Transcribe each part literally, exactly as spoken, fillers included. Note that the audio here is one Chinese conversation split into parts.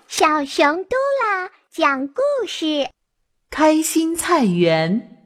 小熊嘟啦讲故事。 开心菜园。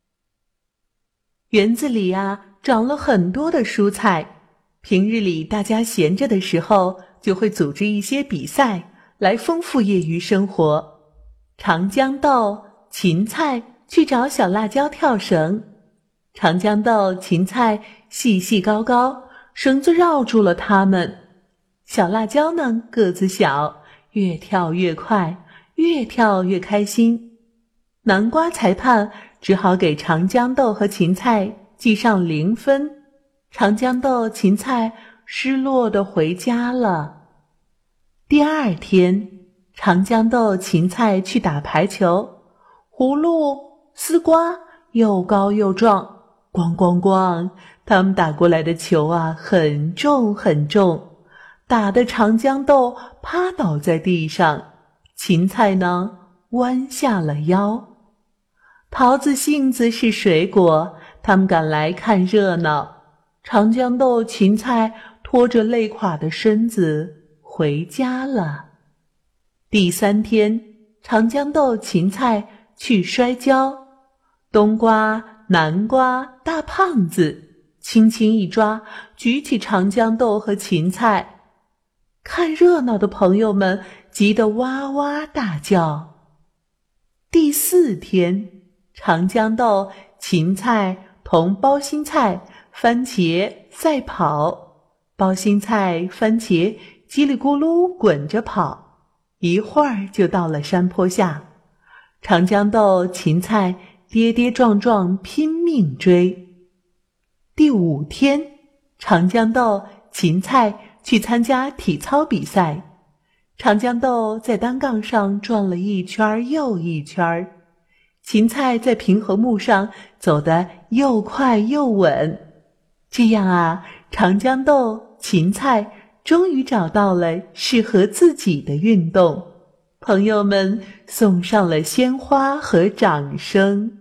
园子里啊，长了很多的蔬菜。平日里大家闲着的时候，就会组织一些比赛，来丰富业余生活。长豇豆、芹菜去找小辣椒跳绳。长豇豆、芹菜细细高高，绳子绕住了它们。小辣椒呢，个子小，越跳越快，越跳越开心。南瓜裁判只好给长豇豆和芹菜记上零分，长豇豆、芹菜失落地回家了。第二天，长豇豆、芹菜去打排球，葫芦、丝瓜又高又壮，咣咣咣，他们打过来的球啊，很重很重，打得长豇豆趴倒在地上，芹菜呢，弯下了腰。桃子、杏子是水果，他们赶来看热闹。长豇豆、芹菜拖着累垮的身子回家了。第三天，长豇豆、芹菜去摔跤，冬瓜、南瓜、大胖子轻轻一抓，举起长豇豆和芹菜。看热闹的朋友们急得哇哇大叫。第四天，长豇豆、芹菜同包心菜、番茄赛跑，包心菜、番茄叽里咕噜滚着跑，一会儿就到了山坡下。长豇豆、芹菜跌跌撞撞拼命追。第五天，长豇豆、芹菜去参加体操比赛。长豇豆在单杠上转了一圈又一圈，芹菜在平衡木上走得又快又稳。这样啊，长豇豆、芹菜终于找到了适合自己的运动。朋友们送上了鲜花和掌声。